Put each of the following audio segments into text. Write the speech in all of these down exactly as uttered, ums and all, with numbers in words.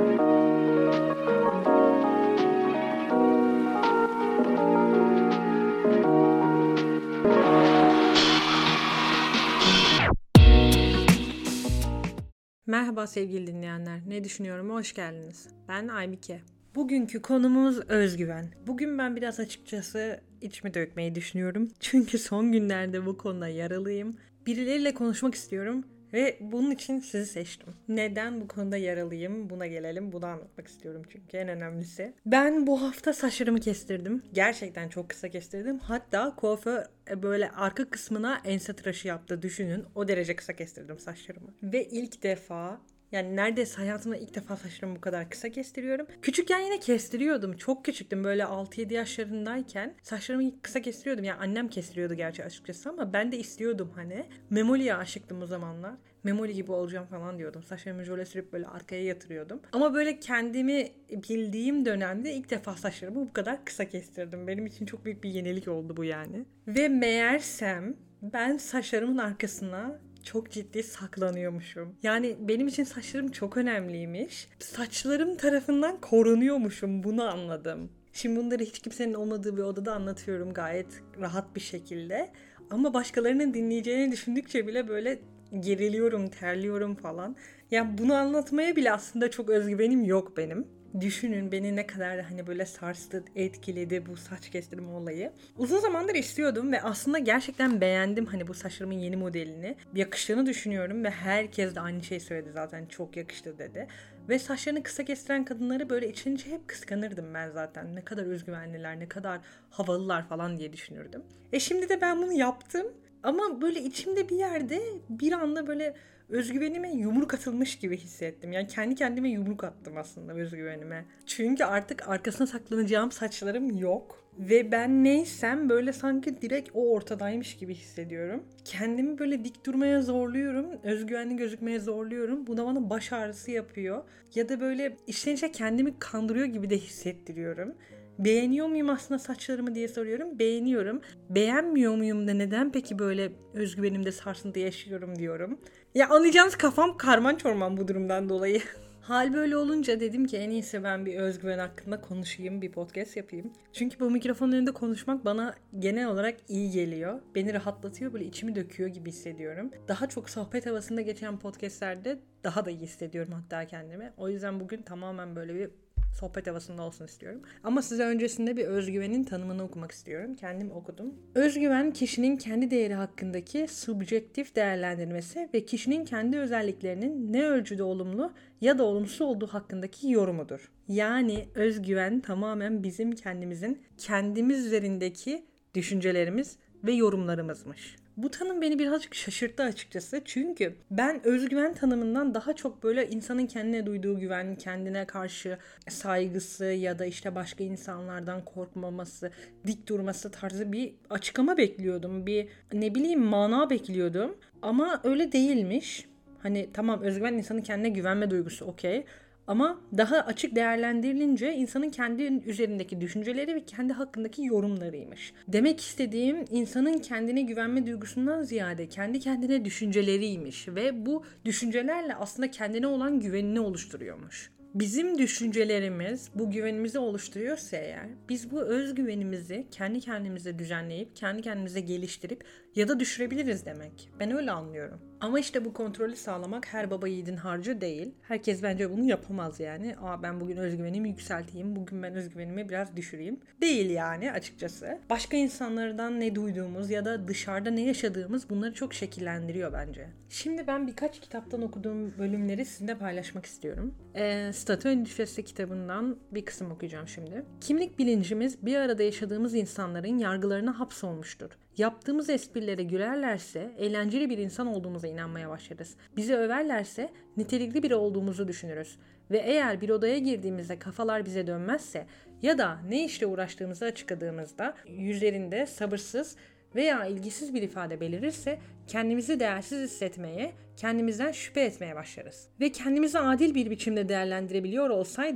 Merhaba sevgili dinleyenler. Ne düşünüyorum? Hoş geldiniz. Ben Aybike. Bugünkü konumuz özgüven. Bugün ben biraz açıkçası içimi dökmeyi düşünüyorum. Çünkü son günlerde bu konuda yaralıyım. Birileriyle konuşmak istiyorum ve bunun için sizi seçtim. Neden bu konuda yaralıyım? Buna gelelim. Bunu anlatmak istiyorum çünkü en önemlisi. Ben bu hafta saçlarımı kestirdim. Gerçekten çok kısa kestirdim. Hatta kuaför böyle arka kısmına ense tıraşı yaptı. Düşünün. O derece kısa kestirdim saçlarımı. Ve ilk defa, yani neredeyse hayatımda ilk defa saçlarımı bu kadar kısa kestiriyorum. Küçükken yine kestiriyordum. Çok küçüktüm. Böyle altı yedi yaşlarındayken saçlarımı kısa kestiriyordum. Yani annem kestiriyordu gerçi açıkçası ama ben de istiyordum hani. Memoli'ye aşıktım o zamanlar. Memoli gibi olacağım falan diyordum. Saçlarımı jöle sürüp böyle arkaya yatırıyordum. Ama böyle kendimi bildiğim dönemde ilk defa saçlarımı bu kadar kısa kestirdim. Benim için çok büyük bir yenilik oldu bu yani. Ve meğersem ben saçlarımın arkasına çok ciddi saklanıyormuşum. Yani benim için saçlarım çok önemliymiş. Saçlarım tarafından korunuyormuşum. Bunu anladım. Şimdi bunları hiç kimsenin olmadığı bir odada anlatıyorum gayet rahat bir şekilde. Ama başkalarının dinleyeceğini düşündükçe bile böyle geriliyorum, terliyorum falan. Yani bunu anlatmaya bile aslında çok özgüvenim yok benim. Düşünün beni ne kadar hani böyle sarstı, etkiledi bu saç kestirme olayı. Uzun zamandır istiyordum ve aslında gerçekten beğendim hani bu saçlarımın yeni modelini. Yakıştığını düşünüyorum ve herkes de aynı şeyi söyledi zaten, çok yakıştı dedi. Ve saçlarını kısa kestiren kadınları böyle içince hep kıskanırdım ben zaten. Ne kadar özgüvenliler, ne kadar havalılar falan diye düşünürdüm. E şimdi de ben bunu yaptım. Ama böyle içimde bir yerde bir anda böyle özgüvenime yumruk atılmış gibi hissettim. Yani kendi kendime yumruk attım aslında özgüvenime. Çünkü artık arkasına saklanacağım saçlarım yok. Ve ben neysem böyle sanki direkt o ortadaymış gibi hissediyorum. Kendimi böyle dik durmaya zorluyorum. Özgüvenli gözükmeye zorluyorum. Bu da bana baş ağrısı yapıyor. Ya da böyle içten içe kendimi kandırıyor gibi de hissettiriyorum. Beğeniyor muyum aslında saçlarımı diye soruyorum. Beğeniyorum. Beğenmiyor muyum da neden peki böyle özgüvenimde sarsıntı yaşıyorum diyorum. Ya anlayacağınız kafam karman çorman bu durumdan dolayı. Hal böyle olunca dedim ki en iyisi ben bir özgüven hakkında konuşayım, bir podcast yapayım. Çünkü bu mikrofonun önünde konuşmak bana genel olarak iyi geliyor. Beni rahatlatıyor, böyle içimi döküyor gibi hissediyorum. Daha çok sohbet havasında geçen podcastlerde daha da iyi hissediyorum hatta kendimi. O yüzden bugün tamamen böyle bir sohbet havasında olsun istiyorum. Ama size öncesinde bir özgüvenin tanımını okumak istiyorum. Kendim okudum. Özgüven kişinin kendi değeri hakkındaki subjektif değerlendirmesi ve kişinin kendi özelliklerinin ne ölçüde olumlu ya da olumsuz olduğu hakkındaki yorumudur. Yani özgüven tamamen bizim kendimizin kendimiz üzerindeki düşüncelerimiz ve yorumlarımızmış. Bu tanım beni birazcık şaşırttı açıkçası. Çünkü ben özgüven tanımından daha çok böyle insanın kendine duyduğu güven, kendine karşı saygısı ya da işte başka insanlardan korkmaması, dik durması tarzı bir açıklama bekliyordum. Bir ne bileyim mana bekliyordum. Ama öyle değilmiş. Hani tamam, özgüven insanın kendine güvenme duygusu, okey. Ama daha açık değerlendirilince insanın kendi üzerindeki düşünceleri ve kendi hakkındaki yorumlarıymış. Demek istediğim insanın kendine güvenme duygusundan ziyade kendi kendine düşünceleriymiş ve bu düşüncelerle aslında kendine olan güvenini oluşturuyormuş. Bizim düşüncelerimiz bu güvenimizi oluşturuyorsa eğer, biz bu özgüvenimizi kendi kendimize düzenleyip, kendi kendimize geliştirip ya da düşürebiliriz demek. Ben öyle anlıyorum. Ama işte bu kontrolü sağlamak her baba yiğidin harcı değil. Herkes bence bunu yapamaz yani. Aa, ben bugün özgüvenimi yükselteyim, bugün ben özgüvenimi biraz düşüreyim. Değil yani açıkçası. Başka insanlardan ne duyduğumuz ya da dışarıda ne yaşadığımız bunları çok şekillendiriyor bence. Şimdi ben birkaç kitaptan okuduğum bölümleri sizinle paylaşmak istiyorum. Ee, Statü Endüstrisi kitabından bir kısım okuyacağım şimdi. Kimlik bilincimiz bir arada yaşadığımız insanların yargılarına hapsolmuştur. Yaptığımız esprilere gülerlerse eğlenceli bir insan olduğumuza inanmaya başlarız. Bizi överlerse nitelikli biri olduğumuzu düşünürüz. Ve eğer bir odaya girdiğimizde kafalar bize dönmezse ya da ne işle uğraştığımızı açıkladığımızda yüzlerinde sabırsız veya ilgisiz bir ifade belirirse kendimizi değersiz hissetmeye, kendimizden şüphe etmeye başlarız. Ve kendimizi adil bir biçimde değerlendirebiliyor olsaydık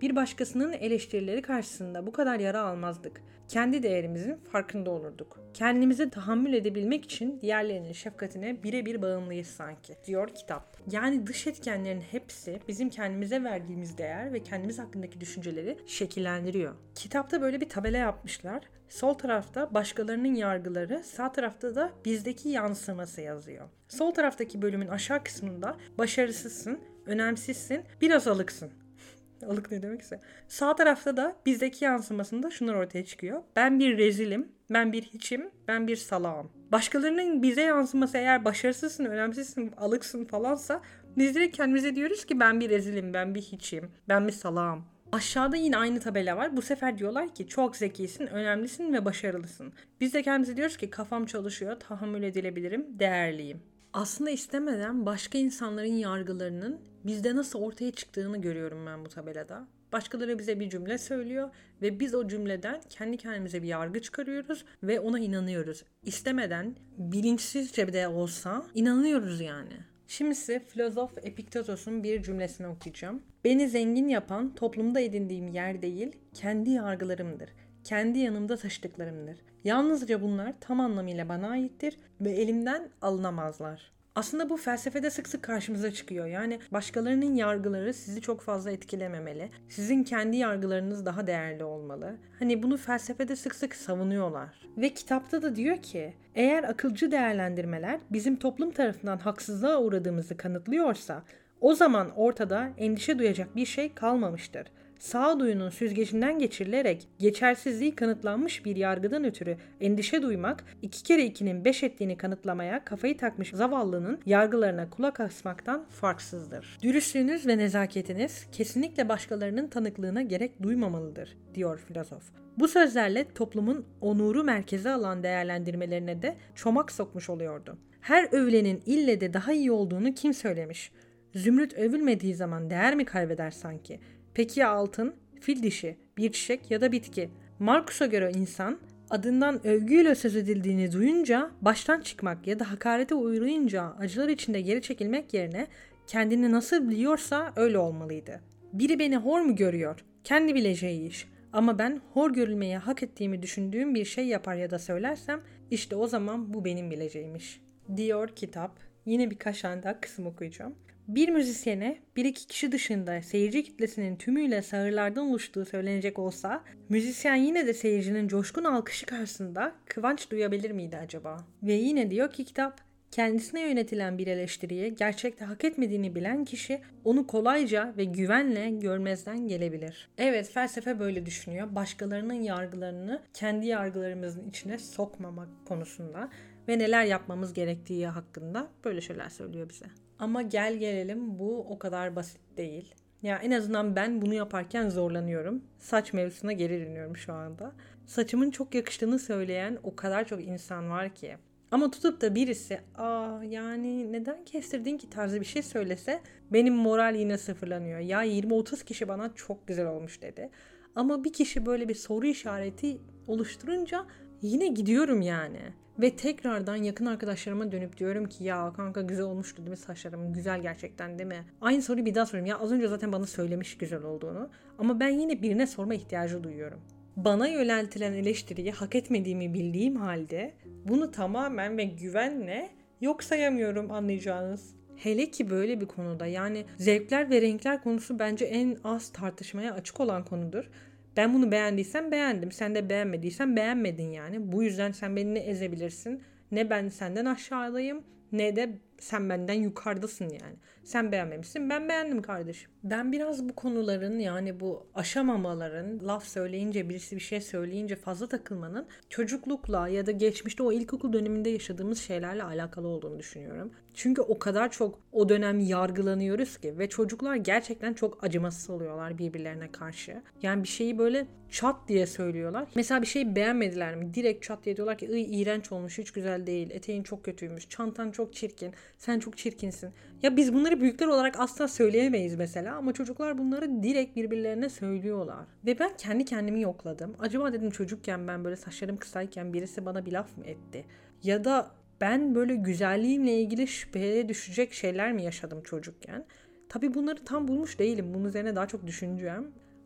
bir başkasının eleştirileri karşısında bu kadar yara almazdık. Kendi değerimizin farkında olurduk. Kendimize tahammül edebilmek için diğerlerinin şefkatine birebir bağımlıyız sanki, diyor kitap. Yani dış etkenlerin hepsi bizim kendimize verdiğimiz değer ve kendimiz hakkındaki düşünceleri şekillendiriyor. Kitapta böyle bir tabela yapmışlar. Sol tarafta başkalarının yargıları, sağ tarafta da bizdeki yansıması yazıyor. Sol taraftaki bölümün aşağı kısmında başarısızsın, önemsizsin, biraz alıksın. Alık ne demekse. Sağ tarafta da bizdeki yansımasında şunlar ortaya çıkıyor. Ben bir rezilim, ben bir hiçim, ben bir salağım. Başkalarının bize yansıması eğer başarısızsın, önemsizsin, alıksın falansa biz direkt kendimize diyoruz ki ben bir rezilim, ben bir hiçim, ben bir salağım. Aşağıda yine aynı tabela var. Bu sefer diyorlar ki çok zekisin, önemlisin ve başarılısın. Biz de kendimize diyoruz ki kafam çalışıyor, tahammül edilebilirim, değerliyim. Aslında istemeden başka insanların yargılarının bizde nasıl ortaya çıktığını görüyorum ben bu tabelada. Başkaları bize bir cümle söylüyor ve biz o cümleden kendi kendimize bir yargı çıkarıyoruz ve ona inanıyoruz. İstemeden, bilinçsizce de olsa inanıyoruz yani. Şimdi size filozof Epiktetos'un bir cümlesini okuyacağım. Beni zengin yapan toplumda edindiğim yer değil, kendi yargılarımdır. Kendi yanımda taşıdıklarımdır. Yalnızca bunlar tam anlamıyla bana aittir ve elimden alınamazlar. Aslında bu felsefede sık sık karşımıza çıkıyor. Yani başkalarının yargıları sizi çok fazla etkilememeli. Sizin kendi yargılarınız daha değerli olmalı. Hani bunu felsefede sık sık savunuyorlar. Ve kitapta da diyor ki, eğer akılcı değerlendirmeler bizim toplum tarafından haksızlığa uğradığımızı kanıtlıyorsa, o zaman ortada endişe duyacak bir şey kalmamıştır. Sağduyunun süzgecinden geçirilerek geçersizliği kanıtlanmış bir yargıdan ötürü endişe duymak, iki kere ikinin beş ettiğini kanıtlamaya kafayı takmış zavallının yargılarına kulak asmaktan farksızdır. Dürüstlüğünüz ve nezaketiniz kesinlikle başkalarının tanıklığına gerek duymamalıdır, diyor filozof. Bu sözlerle toplumun onuru merkeze alan değerlendirmelerine de çomak sokmuş oluyordu. Her övülenin ille de daha iyi olduğunu kim söylemiş? Zümrüt övülmediği zaman değer mi kaybeder sanki? Peki ya altın, fil dişi, bir çiçek ya da bitki? Marcus'a göre insan, adından övgüyle söz edildiğini duyunca baştan çıkmak ya da hakarete uğrayınca acılar içinde geri çekilmek yerine kendini nasıl biliyorsa öyle olmalıydı. Biri beni hor mu görüyor? Kendi bileceği iş. Ama ben hor görülmeyi hak ettiğimi düşündüğüm bir şey yapar ya da söylersem işte o zaman bu benim bileceğimiş, diyor kitap. Yine birkaç tane daha kısım okuyacağım. Bir müzisyene bir iki kişi dışında seyirci kitlesinin tümüyle sağırlardan oluştuğu söylenecek olsa, müzisyen yine de seyircinin coşkun alkışı karşısında kıvanç duyabilir miydi acaba? Ve yine diyor ki kitap, kendisine yönetilen bir eleştiriyi gerçekte hak etmediğini bilen kişi onu kolayca ve güvenle görmezden gelebilir. Evet, felsefe böyle düşünüyor. Başkalarının yargılarını kendi yargılarımızın içine sokmamak konusunda ve neler yapmamız gerektiği hakkında böyle şeyler söylüyor bize. Ama gel gelelim bu o kadar basit değil. Ya en azından ben bunu yaparken zorlanıyorum. Saç mevzusuna geri dönüyorum şu anda. Saçımın çok yakıştığını söyleyen o kadar çok insan var ki. Ama tutup da birisi aa yani neden kestirdin ki tarzı bir şey söylese benim moral yine sıfırlanıyor. Ya yirmi otuz kişi bana çok güzel olmuş dedi. Ama bir kişi böyle bir soru işareti oluşturunca yine gidiyorum yani. Ve tekrardan yakın arkadaşlarıma dönüp diyorum ki ya kanka güzel olmuştu değil mi saçlarım? Güzel gerçekten değil mi? Aynı soruyu bir daha soruyorum. Ya az önce zaten bana söylemiş güzel olduğunu. Ama ben yine birine sorma ihtiyacı duyuyorum. Bana yöneltilen eleştiriyi hak etmediğimi bildiğim halde bunu tamamen ve güvenle yok sayamıyorum, anlayacağınız. Hele ki böyle bir konuda, yani zevkler ve renkler konusu bence en az tartışmaya açık olan konudur. Ben bunu beğendiysem beğendim. Sen de beğenmediysen beğenmedin yani. Bu yüzden sen beni ne ezebilirsin, ne ben senden aşağıdayım, ne de sen benden yukarıdasın yani. Sen beğenmemişsin, ben beğendim kardeşim. Ben biraz bu konuların, yani bu aşamamaların, laf söyleyince, birisi bir şey söyleyince fazla takılmanın çocuklukla ya da geçmişte o ilkokul döneminde yaşadığımız şeylerle alakalı olduğunu düşünüyorum. Çünkü o kadar çok o dönem yargılanıyoruz ki ve çocuklar gerçekten çok acımasız oluyorlar birbirlerine karşı. Yani bir şeyi böyle çat diye söylüyorlar. Mesela bir şeyi beğenmediler mi? Direkt çat diye diyorlar ki ıy iğrenç olmuş, hiç güzel değil, eteğin çok kötüymüş, çantan çok çirkin, sen çok çirkinsin. Ya biz bunları büyükler olarak asla söyleyemeyiz mesela ama çocuklar bunları direkt birbirlerine söylüyorlar. Ve ben kendi kendimi yokladım. Acaba dedim çocukken ben böyle saçlarım kısayken birisi bana bir laf mı etti? Ya da ben böyle güzelliğimle ilgili şüpheye düşecek şeyler mi yaşadım çocukken? Tabii bunları tam bulmuş değilim. Bunun üzerine daha çok düşüneceğim.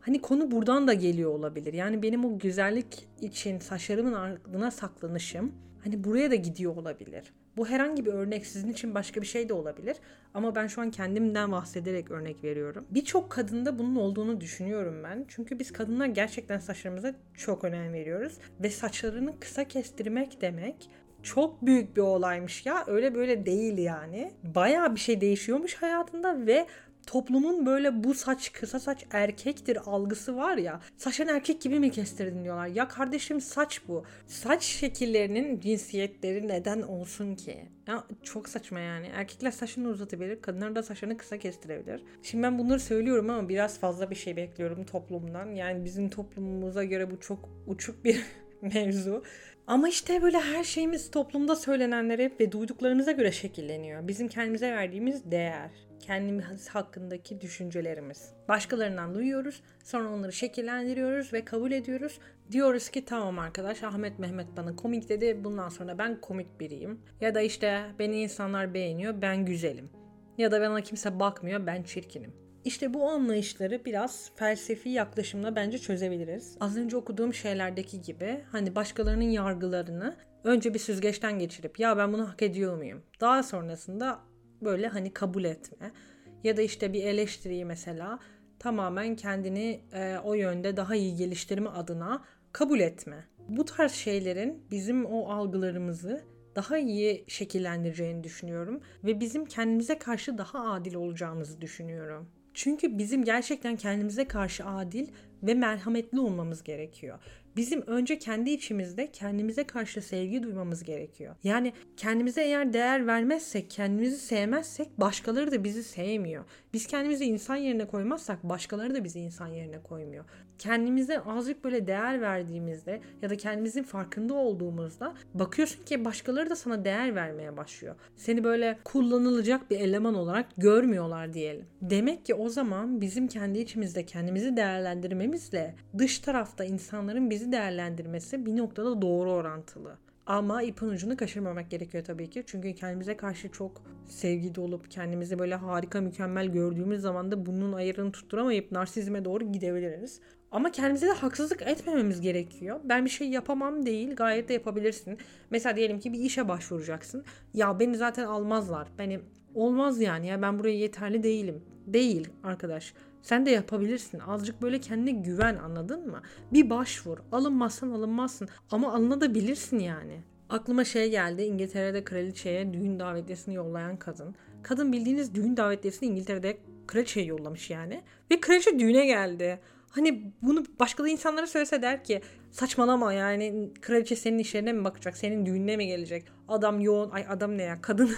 Hani konu buradan da geliyor olabilir. Yani benim o güzellik için saçlarımın ardına saklanışım hani buraya da gidiyor olabilir. Bu herhangi bir örnek, sizin için başka bir şey de olabilir. Ama ben şu an kendimden bahsederek örnek veriyorum. Birçok kadında bunun olduğunu düşünüyorum ben. Çünkü biz kadınlar gerçekten saçlarımıza çok önem veriyoruz. Ve saçlarını kısa kestirmek demek çok büyük bir olaymış ya. Öyle böyle değil yani. Bayağı bir şey değişiyormuş hayatında ve toplumun böyle bu saç kısa saç erkektir algısı var ya. Saçını erkek gibi mi kestirdin diyorlar. Ya kardeşim, saç bu. Saç şekillerinin cinsiyetleri neden olsun ki? Ya çok saçma yani. Erkekler saçını uzatabilir, kadınlar da saçını kısa kestirebilir. Şimdi ben bunları söylüyorum ama biraz fazla bir şey bekliyorum toplumdan. Yani bizim toplumumuza göre bu çok uçuk bir mevzu. Ama işte böyle her şeyimiz toplumda söylenenlere ve duyduklarımıza göre şekilleniyor. Bizim kendimize verdiğimiz değer, kendimiz hakkındaki düşüncelerimiz. Başkalarından duyuyoruz, sonra onları şekillendiriyoruz ve kabul ediyoruz. Diyoruz ki tamam arkadaş, Ahmet Mehmet bana komik dedi, bundan sonra ben komik biriyim. Ya da işte beni insanlar beğeniyor, ben güzelim. Ya da bana kimse bakmıyor, ben çirkinim. İşte bu anlayışları biraz felsefi yaklaşımla bence çözebiliriz. Az önce okuduğum şeylerdeki gibi hani başkalarının yargılarını önce bir süzgeçten geçirip ya ben bunu hak ediyor muyum? Daha sonrasında böyle hani kabul etme. Ya da işte bir eleştiriyi mesela tamamen kendini e, o yönde daha iyi geliştirme adına kabul etme. Bu tarz şeylerin bizim o algılarımızı daha iyi şekillendireceğini düşünüyorum ve bizim kendimize karşı daha adil olacağımızı düşünüyorum. Çünkü bizim gerçekten kendimize karşı adil ve merhametli olmamız gerekiyor. Bizim önce kendi içimizde kendimize karşı sevgi duymamız gerekiyor. Yani kendimize eğer değer vermezsek, kendimizi sevmezsek başkaları da bizi sevmiyor. Biz kendimizi insan yerine koymazsak başkaları da bizi insan yerine koymuyor. Kendimize azıcık böyle değer verdiğimizde ya da kendimizin farkında olduğumuzda bakıyorsun ki başkaları da sana değer vermeye başlıyor. Seni böyle kullanılacak bir eleman olarak görmüyorlar diyelim. Demek ki o zaman bizim kendi içimizde kendimizi değerlendirmemizle dış tarafta insanların bizi değerlendirmesi bir noktada doğru orantılı. Ama ipin ucunu kaçırmamak gerekiyor tabii ki. Çünkü kendimize karşı çok sevgi dolup kendimizi böyle harika mükemmel gördüğümüz zaman da bunun ayarını tutturamayıp narsizme doğru gidebiliriz. Ama kendimize de haksızlık etmememiz gerekiyor. Ben bir şey yapamam değil, gayet de yapabilirsin. Mesela diyelim ki bir işe başvuracaksın. Ya beni zaten almazlar. Benim olmaz yani ya, ben buraya yeterli değilim. Değil arkadaş. Sen de yapabilirsin. Azıcık böyle kendine güven, anladın mı? Bir başvur. Alınmazsan alınmazsın. Ama alınabilirsin yani. Aklıma şey geldi. İngiltere'de kraliçeye düğün davetiyesini yollayan kadın. Kadın bildiğiniz düğün davetiyesini İngiltere'de kraliçeye yollamış yani. Ve kraliçe düğüne geldi. Hani bunu başka da insanlara söylese der ki saçmalama yani, kraliçe senin işlerine mi bakacak? Senin düğününe mi gelecek? Adam yoğun. Ay adam ne ya? Kadın...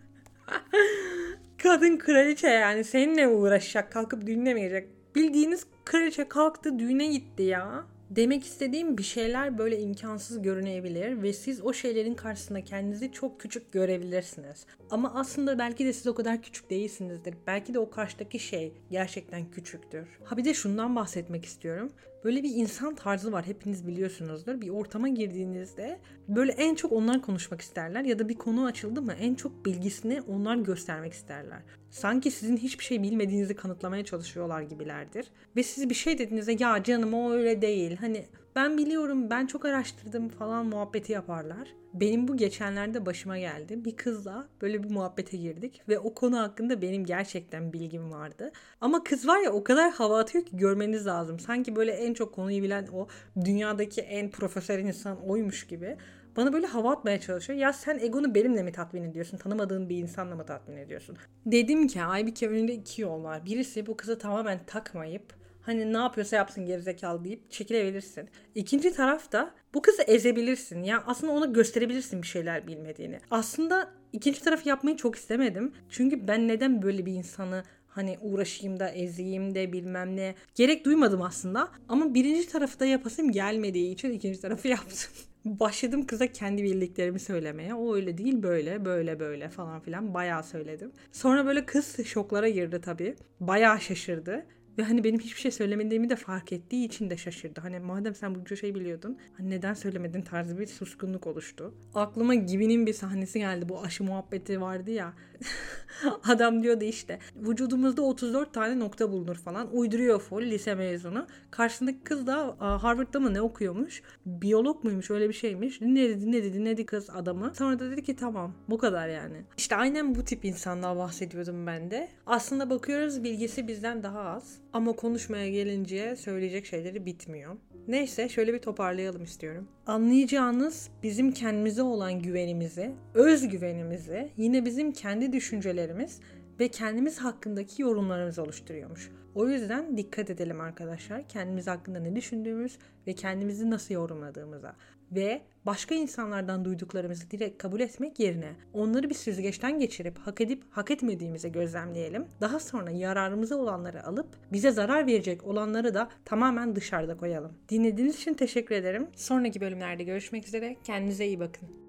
Kadın kraliçe yani, seninle uğraşacak, kalkıp düğüne mi gelecek? Bildiğiniz kraliçe kalktı düğüne gitti ya. Demek istediğim, bir şeyler böyle imkansız görünebilir ve siz o şeylerin karşısında kendinizi çok küçük görebilirsiniz. Ama aslında belki de siz o kadar küçük değilsinizdir. Belki de o karşıdaki şey gerçekten küçüktür. Ha bir de şundan bahsetmek istiyorum. Böyle bir insan tarzı var, hepiniz biliyorsunuzdur. Bir ortama girdiğinizde böyle en çok onlar konuşmak isterler ya da bir konu açıldı mı en çok bilgisini onlar göstermek isterler. Sanki sizin hiçbir şey bilmediğinizi kanıtlamaya çalışıyorlar gibilerdir. Ve siz bir şey dediğinizde ya canım o öyle değil, hani ben biliyorum, ben çok araştırdım falan muhabbeti yaparlar. Benim bu geçenlerde başıma geldi. Bir kızla böyle bir muhabbete girdik ve o konu hakkında benim gerçekten bilgim vardı. Ama kız var ya, o kadar hava atıyor ki görmeniz lazım. Sanki böyle en çok konuyu bilen, o dünyadaki en profesyonel insan oymuş gibi. Bana böyle hava atmaya çalışıyor. Ya sen egonu benimle mi tatmin ediyorsun? Tanımadığın bir insanla mı tatmin ediyorsun? Dedim ki Aybike, önünde iki yol var. Birisi bu kızı tamamen takmayıp hani ne yapıyorsa yapsın gerizekalı deyip çekilebilirsin. İkinci tarafta bu kızı ezebilirsin. Ya aslında ona gösterebilirsin bir şeyler bilmediğini. Aslında ikinci tarafı yapmayı çok istemedim. Çünkü ben neden böyle bir insanı hani uğraşayım da ezeyim de bilmem ne gerek duymadım aslında. Ama birinci tarafı da yapasım gelmediği için ikinci tarafı yaptım. Başladım kıza kendi bildiklerimi söylemeye. O öyle değil, böyle böyle böyle falan filan bayağı söyledim. Sonra böyle kız şoklara girdi tabii. Bayağı şaşırdı. Ve hani benim hiçbir şey söylemediğimi de fark ettiği için de şaşırdı. Hani madem sen bunca şey biliyordun, hani neden söylemedin tarzı bir suskunluk oluştu. Aklıma Gibi'nin bir sahnesi geldi. Bu aşı muhabbeti vardı ya. Adam diyordu işte vücudumuzda otuz dört tane nokta bulunur falan. Uyduruyor full, lise mezunu. Karşısındaki kız da Harvard'da mı ne okuyormuş? Biyolog muymuş, öyle bir şeymiş. Dinledi dinledi dinledi kız adamı. Sonra da dedi ki tamam, bu kadar yani. İşte aynen bu tip insandan bahsediyordum ben de. Aslında bakıyoruz bilgisi bizden daha az. Ama konuşmaya gelince söyleyecek şeyleri bitmiyor. Neyse, şöyle bir toparlayalım istiyorum. Anlayacağınız bizim kendimize olan güvenimizi, özgüvenimizi yine bizim kendi düşüncelerimiz ve kendimiz hakkındaki yorumlarımız oluşturuyormuş. O yüzden dikkat edelim arkadaşlar. Kendimiz hakkında ne düşündüğümüz ve kendimizi nasıl yorumladığımıza. Ve başka insanlardan duyduklarımızı direkt kabul etmek yerine onları bir süzgeçten geçirip hak edip hak etmediğimizi gözlemleyelim. Daha sonra yararımıza olanları alıp bize zarar verecek olanları da tamamen dışarıda koyalım. Dinlediğiniz için teşekkür ederim. Sonraki bölümlerde görüşmek üzere. Kendinize iyi bakın.